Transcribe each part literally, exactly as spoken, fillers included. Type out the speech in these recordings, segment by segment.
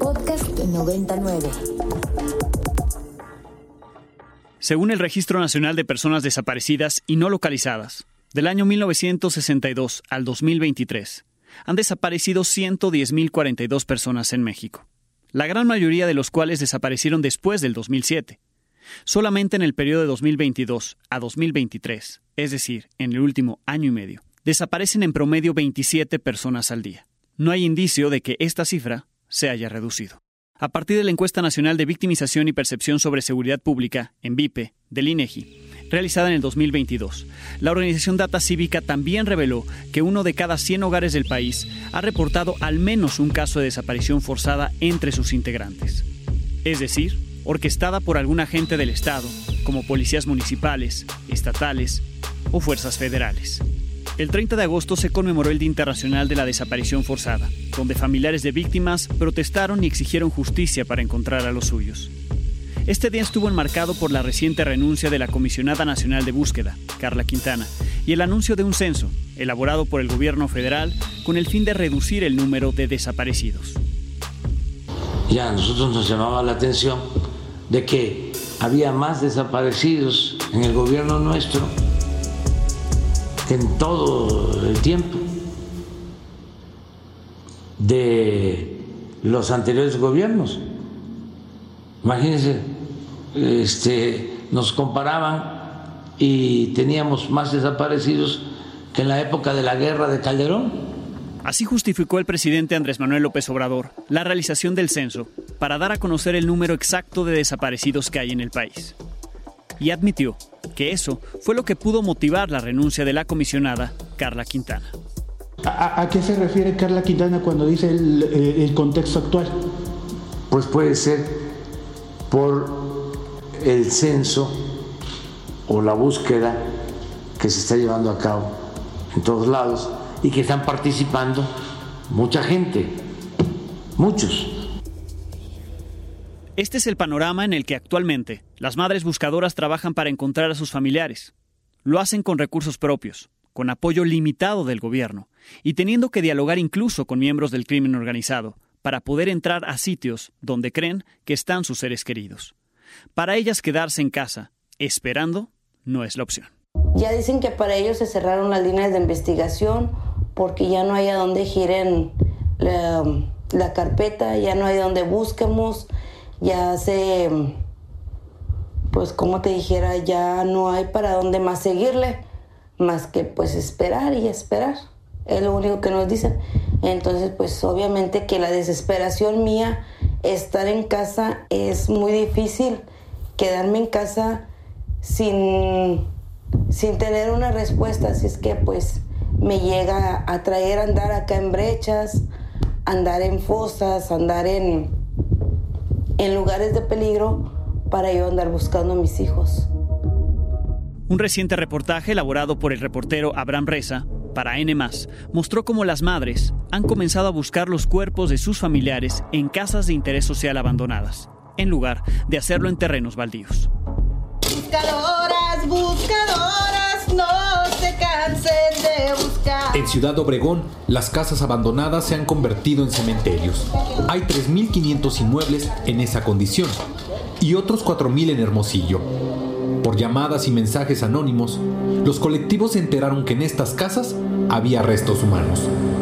Podcast noventa y nueve. Según el Registro Nacional de Personas Desaparecidas y No Localizadas, del año mil novecientos sesenta y dos al dos mil veintitrés, han desaparecido ciento diez mil cuarenta y dos personas en México, la gran mayoría de los cuales desaparecieron después del dos mil siete. Solamente en el periodo de dos mil veintidós a dos mil veintitrés, es decir, en el último año y medio, desaparecen en promedio veintisiete personas al día. No hay indicio de que esta cifra se haya reducido. A partir de la Encuesta Nacional de Victimización y Percepción sobre Seguridad Pública, en V I P E, del INEGI, realizada en el dos mil veintidós, la organización Data Cívica también reveló que uno de cada cien hogares del país ha reportado al menos un caso de desaparición forzada entre sus integrantes. Es decir, orquestada por algún agente del Estado, como policías municipales, estatales o fuerzas federales. El treinta de agosto se conmemoró el Día Internacional de la Desaparición Forzada, donde familiares de víctimas protestaron y exigieron justicia para encontrar a los suyos. Este día estuvo enmarcado por la reciente renuncia de la Comisionada Nacional de Búsqueda, Carla Quintana, y el anuncio de un censo, elaborado por el gobierno federal, con el fin de reducir el número de desaparecidos. Ya a nosotros nos llamaba la atención de que había más desaparecidos en el gobierno nuestro que en todo el tiempo de los anteriores gobiernos. Imagínense, este, nos comparaban y teníamos más desaparecidos que en la época de la guerra de Calderón. Así justificó el presidente Andrés Manuel López Obrador la realización del censo para dar a conocer el número exacto de desaparecidos que hay en el país. Y admitió que eso fue lo que pudo motivar la renuncia de la comisionada Carla Quintana. ¿A, a qué se refiere Carla Quintana cuando dice el, el contexto actual? Pues puede ser por el censo o la búsqueda que se está llevando a cabo en todos lados y que están participando mucha gente, muchos. Este es el panorama en el que actualmente las madres buscadoras trabajan para encontrar a sus familiares. Lo hacen con recursos propios, con apoyo limitado del gobierno y teniendo que dialogar incluso con miembros del crimen organizado para poder entrar a sitios donde creen que están sus seres queridos. Para ellas quedarse en casa, esperando, no es la opción. Ya dicen que para ellos se cerraron las líneas de investigación porque ya no hay a dónde giren la, la carpeta, ya no hay donde busquemos. Ya se, pues como te dijera, ya no hay para dónde más seguirle, más que pues esperar y esperar, es lo único que nos dicen. Entonces pues obviamente que la desesperación mía, estar en casa, es muy difícil quedarme en casa sin, sin tener una respuesta, así es que pues me llega a traer andar acá en brechas, andar en fosas, andar en... en lugares de peligro para yo andar buscando a mis hijos. Un reciente reportaje elaborado por el reportero Abraham Reza para N más, mostró cómo las madres han comenzado a buscar los cuerpos de sus familiares en casas de interés social abandonadas, en lugar de hacerlo en terrenos baldíos. Buscadoras, buscadoras, no se cansen de buscar. En Ciudad Obregón, las casas abandonadas se han convertido en cementerios. Hay tres mil quinientos inmuebles en esa condición y otros cuatro mil en Hermosillo. Por llamadas y mensajes anónimos, los colectivos se enteraron que en estas casas había restos humanos.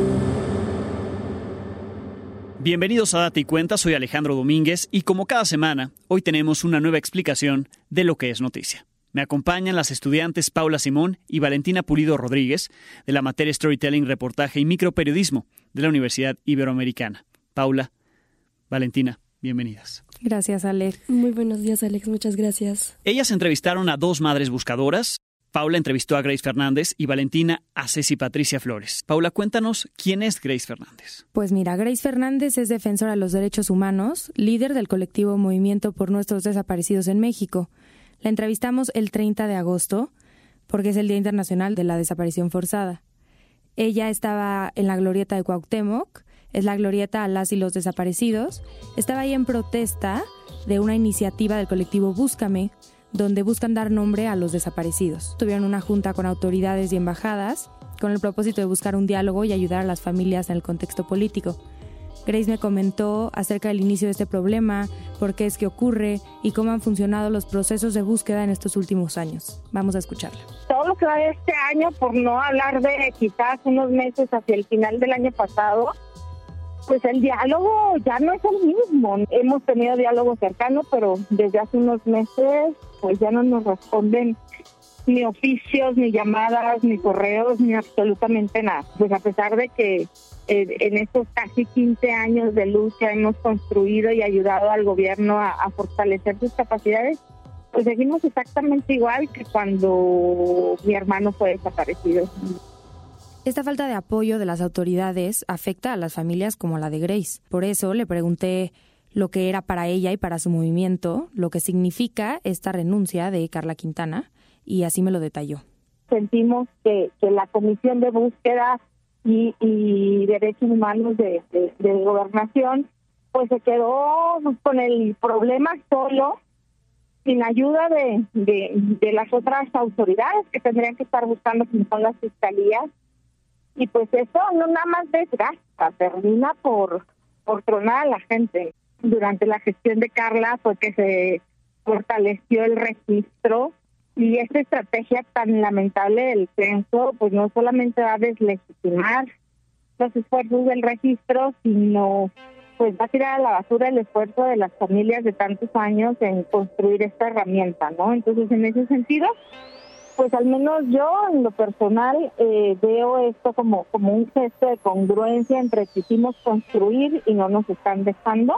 Bienvenidos a Date y Cuenta, soy Alejandro Domínguez y como cada semana, hoy tenemos una nueva explicación de lo que es noticia. Me acompañan las estudiantes Paula Simón y Valentina Pulido Rodríguez de la materia Storytelling, Reportaje y Microperiodismo de la Universidad Iberoamericana. Paula, Valentina, bienvenidas. Gracias, Alex. Muy buenos días, Alex. Muchas gracias. Ellas entrevistaron a dos madres buscadoras. Paula entrevistó a Grace Fernández y Valentina a Ceci Patricia Flores. Paula, cuéntanos, ¿quién es Grace Fernández? Pues mira, Grace Fernández es defensora de los derechos humanos, líder del colectivo Movimiento por Nuestros Desaparecidos en México. La entrevistamos el treinta de agosto porque es el Día Internacional de la Desaparición Forzada. Ella estaba en la glorieta de Cuauhtémoc, es la glorieta a las y los desaparecidos. Estaba ahí en protesta de una iniciativa del colectivo Búscame, donde buscan dar nombre a los desaparecidos. Tuvieron una junta con autoridades y embajadas con el propósito de buscar un diálogo y ayudar a las familias en el contexto político. Grace me comentó acerca del inicio de este problema, por qué es que ocurre y cómo han funcionado los procesos de búsqueda en estos últimos años. Vamos a escucharla. Todo lo que va de este año, por no hablar de quizás unos meses hacia el final del año pasado, pues el diálogo ya no es el mismo. Hemos tenido diálogo cercano, pero desde hace unos meses pues ya no nos responden ni oficios, ni llamadas, ni correos, ni absolutamente nada. Pues a pesar de que eh, en estos casi quince años de lucha hemos construido y ayudado al gobierno a, a fortalecer sus capacidades, pues seguimos exactamente igual que cuando mi hermano fue desaparecido. Esta falta de apoyo de las autoridades afecta a las familias como la de Grace. Por eso le pregunté lo que era para ella y para su movimiento, lo que significa esta renuncia de Carla Quintana, y así me lo detalló. Sentimos que, que la Comisión de Búsqueda y, y Derechos Humanos de, de, de Gobernación pues se quedó con el problema solo, sin ayuda de, de, de las otras autoridades que tendrían que estar buscando, como son las fiscalías, y pues eso no nada más desgasta, termina por, por tronar a la gente. Durante la gestión de Carla fue que se fortaleció el registro, y esta estrategia tan lamentable del censo pues no solamente va a deslegitimar los esfuerzos del registro, sino pues va a tirar a la basura el esfuerzo de las familias de tantos años en construir esta herramienta, ¿no? Entonces, en ese sentido, pues al menos yo, en lo personal, eh, veo esto como, como un gesto de congruencia entre quisimos construir y no nos están dejando.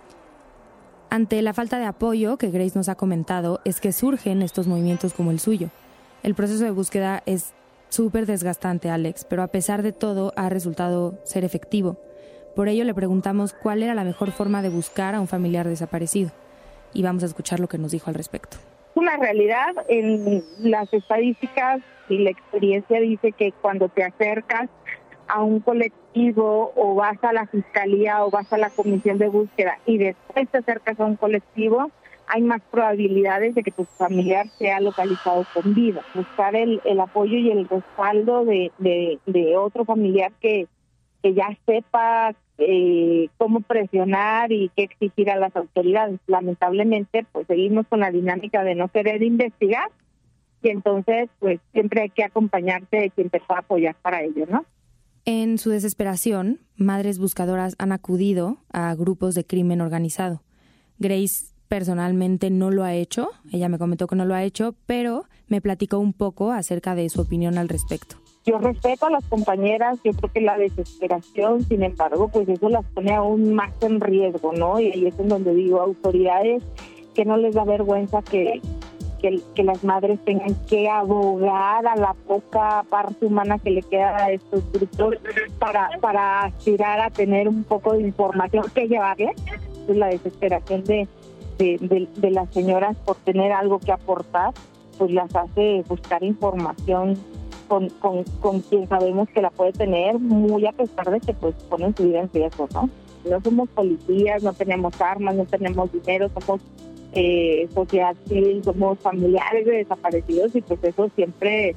Ante la falta de apoyo que Grace nos ha comentado, es que surgen estos movimientos como el suyo. El proceso de búsqueda es súper desgastante, Alex, pero a pesar de todo ha resultado ser efectivo. Por ello le preguntamos cuál era la mejor forma de buscar a un familiar desaparecido. Y vamos a escuchar lo que nos dijo al respecto. Una realidad, en las estadísticas y la experiencia dice que cuando te acercas a un colectivo o vas a la fiscalía o vas a la comisión de búsqueda y después te acercas a un colectivo, hay más probabilidades de que tu familiar sea localizado con vida. Buscar el, el apoyo y el respaldo de, de, de otro familiar que, que ya sepa eh, cómo presionar y qué exigir a las autoridades. Lamentablemente, pues seguimos con la dinámica de no querer investigar y entonces, pues siempre hay que acompañarte de quien te pueda apoyar para ello, ¿no? En su desesperación, madres buscadoras han acudido a grupos de crimen organizado. Grace personalmente no lo ha hecho, ella me comentó que no lo ha hecho, pero me platicó un poco acerca de su opinión al respecto. Yo respeto a las compañeras, yo creo que la desesperación, sin embargo, pues eso las pone aún más en riesgo, ¿no? Y ahí es en donde digo, autoridades que no les da vergüenza que... Que, que las madres tengan que abogar a la poca parte humana que le queda a estos grupos para, para aspirar a tener un poco de información que llevarle. Es la desesperación de, de, de, de las señoras por tener algo que aportar, pues las hace buscar información con, con, con quien sabemos que la puede tener, muy a pesar de que pues ponen su vida en riesgo, ¿no? No somos policías, no tenemos armas, no tenemos dinero, somos Eh, sociedad civil, somos familiares de desaparecidos y pues eso siempre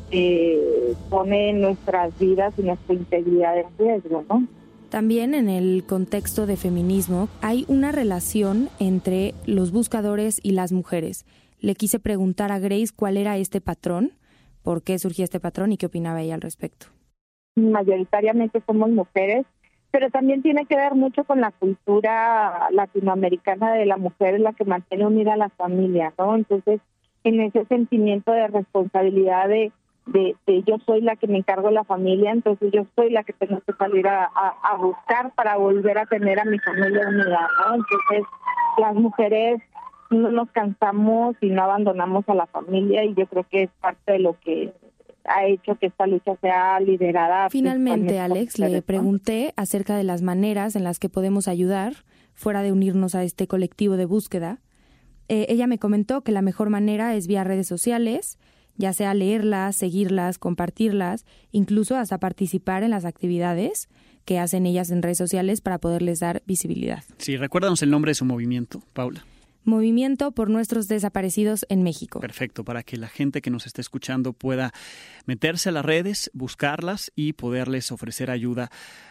eh, pone nuestras vidas y nuestra integridad en riesgo, ¿no? También en el contexto de feminismo hay una relación entre los buscadores y las mujeres. Le quise preguntar a Grace cuál era este patrón, por qué surgía este patrón y qué opinaba ella al respecto. Mayoritariamente somos mujeres, pero también tiene que ver mucho con la cultura latinoamericana de la mujer, es la que mantiene unida a la familia, ¿no? Entonces, en ese sentimiento de responsabilidad de, de, de yo soy la que me encargo de la familia, entonces yo soy la que tengo que salir a, a, a buscar para volver a tener a mi familia unida, ¿no? Entonces, las mujeres no nos cansamos y no abandonamos a la familia y yo creo que es parte de lo que ha hecho que esta lucha sea liderada. Finalmente, Alex, le pregunté acerca de las maneras en las que podemos ayudar fuera de unirnos a este colectivo de búsqueda. Eh, ella me comentó que la mejor manera es vía redes sociales, ya sea leerlas, seguirlas, compartirlas, incluso hasta participar en las actividades que hacen ellas en redes sociales para poderles dar visibilidad. Sí, recuérdanos el nombre de su movimiento, Paula. Movimiento por Nuestros Desaparecidos en México. Perfecto, para que la gente que nos esté escuchando pueda meterse a las redes, buscarlas y poderles ofrecer ayuda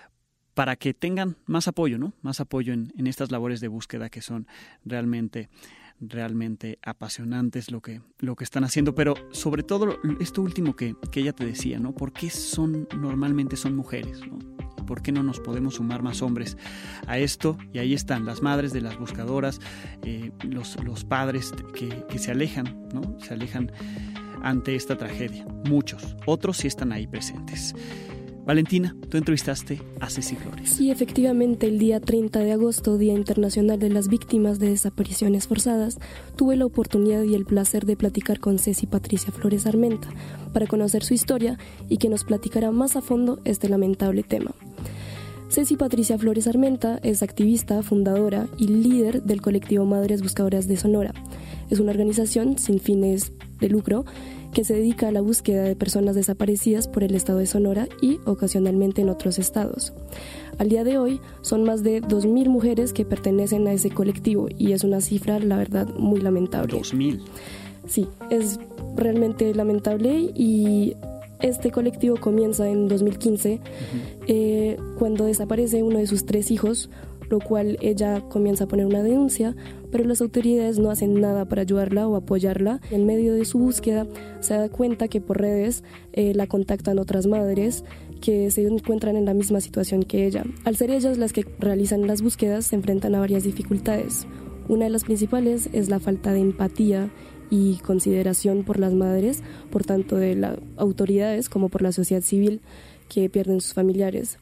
para que tengan más apoyo, ¿no? Más apoyo en, en estas labores de búsqueda que son realmente, realmente apasionantes lo que, lo que están haciendo. Pero sobre todo esto último que, que ella te decía, ¿no? ¿Por qué son, normalmente son mujeres, ¿no? ¿Por qué no nos podemos sumar más hombres a esto? Y ahí están las madres de las buscadoras, eh, los, los padres que, que se alejan, ¿no? Se alejan ante esta tragedia. Muchos, otros sí están ahí presentes. Valentina, tú entrevistaste a Ceci Flores. Sí, efectivamente, el día treinta de agosto, Día Internacional de las Víctimas de Desapariciones Forzadas, tuve la oportunidad y el placer de platicar con Ceci Patricia Flores Armenta para conocer su historia y que nos platicara más a fondo este lamentable tema. Ceci Patricia Flores Armenta es activista, fundadora y líder del colectivo Madres Buscadoras de Sonora. Es una organización sin fines de lucro que se dedica a la búsqueda de personas desaparecidas por el estado de Sonora y ocasionalmente en otros estados. Al día de hoy son más de dos mil mujeres que pertenecen a ese colectivo y es una cifra, la verdad, muy lamentable. ¿dos mil? Sí, es realmente lamentable y este colectivo comienza en dos mil quince, uh-huh. eh, cuando desaparece uno de sus tres hijos, lo cual ella comienza a poner una denuncia, pero las autoridades no hacen nada para ayudarla o apoyarla. En medio de su búsqueda se da cuenta que por redes eh, la contactan otras madres que se encuentran en la misma situación que ella. Al ser ellas las que realizan las búsquedas, se enfrentan a varias dificultades. Una de las principales es la falta de empatía y consideración por las madres, por tanto de las autoridades como por la sociedad civil que pierden sus familiares.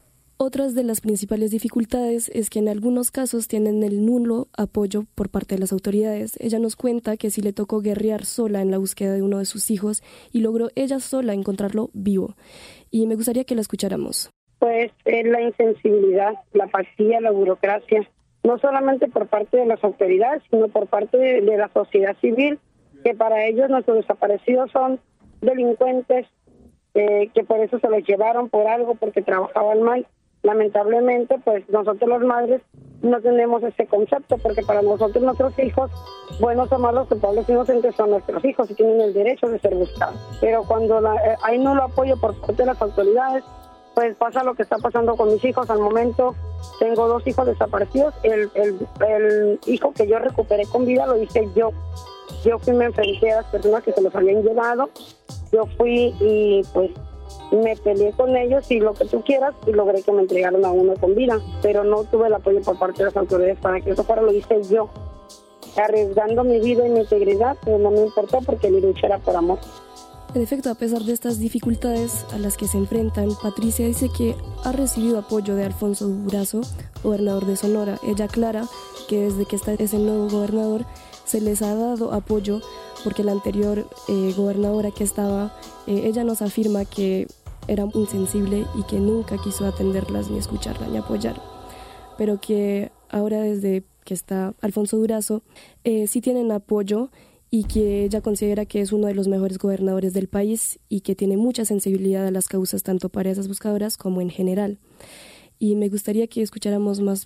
Otras de las principales dificultades es que en algunos casos tienen el nulo apoyo por parte de las autoridades. Ella nos cuenta que sí le tocó guerrear sola en la búsqueda de uno de sus hijos y logró ella sola encontrarlo vivo. Y me gustaría que la escucháramos. Pues es la insensibilidad, la apatía, la burocracia, no solamente por parte de las autoridades, sino por parte de, de la sociedad civil, que para ellos nuestros desaparecidos son delincuentes, eh, que por eso se los llevaron por algo, porque trabajaban mal. Lamentablemente, pues nosotros las madres no tenemos ese concepto, porque para nosotros nuestros hijos, buenos o malos, culpables o inocentes, son nuestros hijos y tienen el derecho de ser buscados. Pero cuando la, eh, hay nulo apoyo por parte de las autoridades, pues pasa lo que está pasando con mis hijos. Al momento tengo dos hijos desaparecidos. El, el, el hijo que yo recuperé con vida lo hice yo. Yo fui, me enfrenté a las personas que se los habían llevado. Yo fui y pues me peleé con ellos y lo que tú quieras y logré que me entregaran a uno con vida, pero no tuve el apoyo por parte de las autoridades para que eso fuera. Lo hice yo, arriesgando mi vida y mi integridad, pero no me importó porque mi lucha era por amor. En efecto, a pesar de estas dificultades a las que se enfrentan, Patricia dice que ha recibido apoyo de Alfonso Durazo, gobernador de Sonora. Ella aclara que desde que está ese nuevo gobernador se les ha dado apoyo porque la anterior eh, gobernadora que estaba, eh, ella nos afirma que era insensible y que nunca quiso atenderlas, ni escucharla, ni apoyar. Pero que ahora desde que está Alfonso Durazo, eh, sí tienen apoyo y que ella considera que es uno de los mejores gobernadores del país y que tiene mucha sensibilidad a las causas tanto para esas buscadoras como en general. Y me gustaría que escucháramos más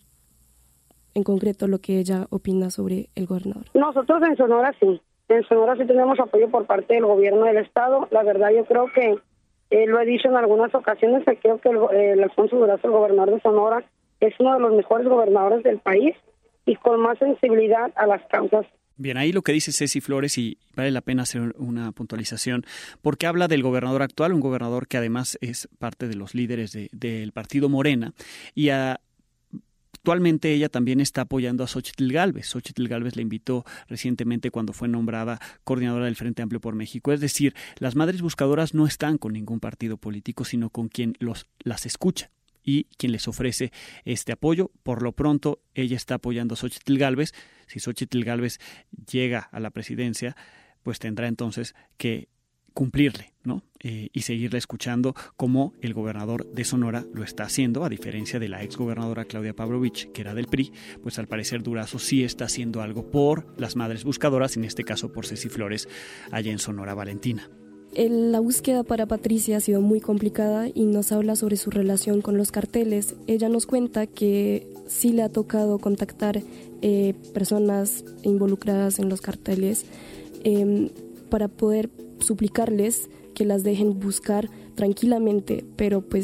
en concreto lo que ella opina sobre el gobernador. Nosotros en Sonora sí, en Sonora sí tenemos apoyo por parte del gobierno del estado. La verdad yo creo que, eh, lo he dicho en algunas ocasiones, que creo que el, el Alfonso Durazo, el gobernador de Sonora, es uno de los mejores gobernadores del país y con más sensibilidad a las causas. Bien, ahí lo que dice Ceci Flores, y vale la pena hacer una puntualización, porque habla del gobernador actual, un gobernador que además es parte de los líderes de, del partido Morena, y a, actualmente ella también está apoyando a Xóchitl Gálvez. Xóchitl Gálvez la invitó recientemente cuando fue nombrada coordinadora del Frente Amplio por México. Es decir, las madres buscadoras no están con ningún partido político, sino con quien los, las escucha y quien les ofrece este apoyo. Por lo pronto, ella está apoyando a Xóchitl Gálvez. Si Xóchitl Gálvez llega a la presidencia, pues tendrá entonces que cumplirle, ¿no? Eh, y seguirla escuchando como el gobernador de Sonora lo está haciendo, a diferencia de la exgobernadora Claudia Pavlovich, que era del P R I, pues al parecer Durazo sí está haciendo algo por las madres buscadoras, en este caso por Ceci Flores, allá en Sonora. Valentina. La búsqueda para Patricia ha sido muy complicada y nos habla sobre su relación con los carteles. Ella nos cuenta que sí le ha tocado contactar eh, personas involucradas en los carteles eh, para poder suplicarles que las dejen buscar tranquilamente, pero pues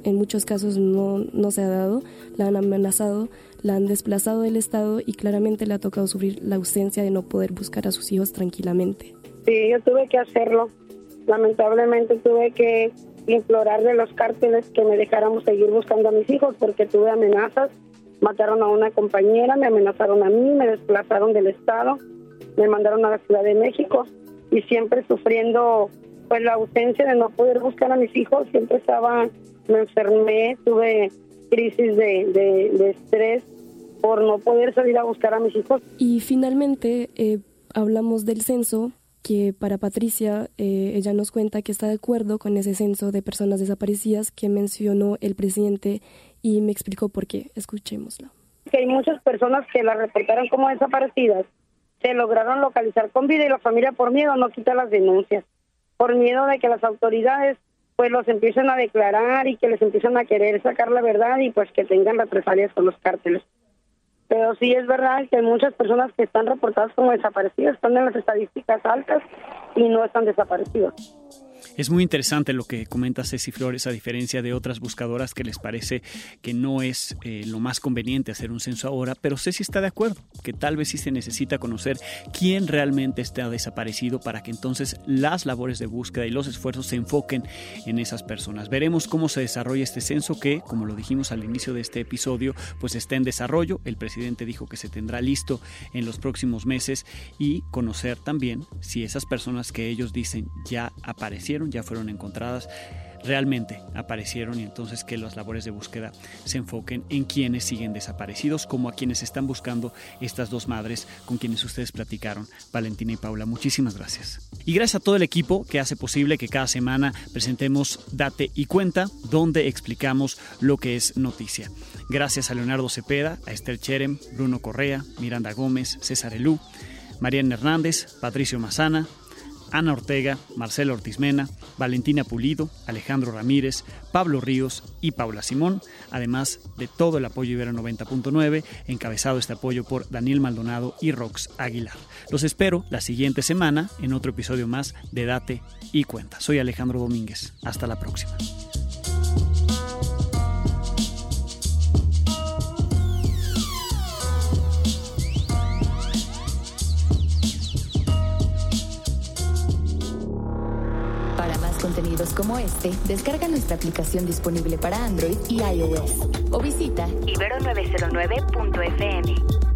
en muchos casos no, no se ha dado, la han amenazado, la han desplazado del Estado y claramente le ha tocado sufrir la ausencia de no poder buscar a sus hijos tranquilamente. Sí, yo tuve que hacerlo. Lamentablemente tuve que implorar de los cárteles que me dejáramos seguir buscando a mis hijos porque tuve amenazas. Mataron a una compañera, me amenazaron a mí, me desplazaron del Estado, me mandaron a la Ciudad de México y siempre sufriendo pues la ausencia de no poder buscar a mis hijos. Siempre estaba, me enfermé, tuve crisis de, de, de estrés por no poder salir a buscar a mis hijos. Y finalmente eh, hablamos del censo, que para Patricia, eh, ella nos cuenta que está de acuerdo con ese censo de personas desaparecidas que mencionó el presidente y me explicó por qué. Escuchémoslo. Que hay muchas personas que las reportaron como desaparecidas, se lograron localizar con vida y la familia por miedo no quita las denuncias, por miedo de que las autoridades pues los empiecen a declarar y que les empiecen a querer sacar la verdad y pues que tengan represalias con los cárteles. Pero sí es verdad que hay muchas personas que están reportadas como desaparecidas, están en las estadísticas altas y no están desaparecidos. Es muy interesante lo que comenta Ceci Flores, a diferencia de otras buscadoras que les parece que no es eh, lo más conveniente hacer un censo ahora, pero Ceci está de acuerdo, que tal vez sí se necesita conocer quién realmente está desaparecido para que entonces las labores de búsqueda y los esfuerzos se enfoquen en esas personas. Veremos cómo se desarrolla este censo que, como lo dijimos al inicio de este episodio, pues está en desarrollo. El presidente dijo que se tendrá listo en los próximos meses y conocer también si esas personas que ellos dicen ya aparecieron, ya fueron encontradas, realmente aparecieron y entonces que las labores de búsqueda se enfoquen en quienes siguen desaparecidos, como a quienes están buscando estas dos madres con quienes ustedes platicaron, Valentina y Paula. Muchísimas gracias. Y gracias a todo el equipo que hace posible que cada semana presentemos Date y Cuenta, donde explicamos lo que es noticia. Gracias a Leonardo Cepeda, a Esther Cherem, Bruno Correa, Miranda Gómez, César Elú, Mariana Hernández, Patricio Mazana, Ana Ortega, Marcela Ortiz Mena, Valentina Pulido, Alejandro Ramírez, Pablo Ríos y Paula Simón, además de todo el apoyo Ibero noventa punto nueve, encabezado este apoyo por Daniel Maldonado y Rox Aguilar. Los espero la siguiente semana en otro episodio más de Date y Cuenta. Soy Alejandro Domínguez. Hasta la próxima. Contenidos como este, descarga nuestra aplicación disponible para Android y iOS o visita ibero novecientos nueve punto efe eme.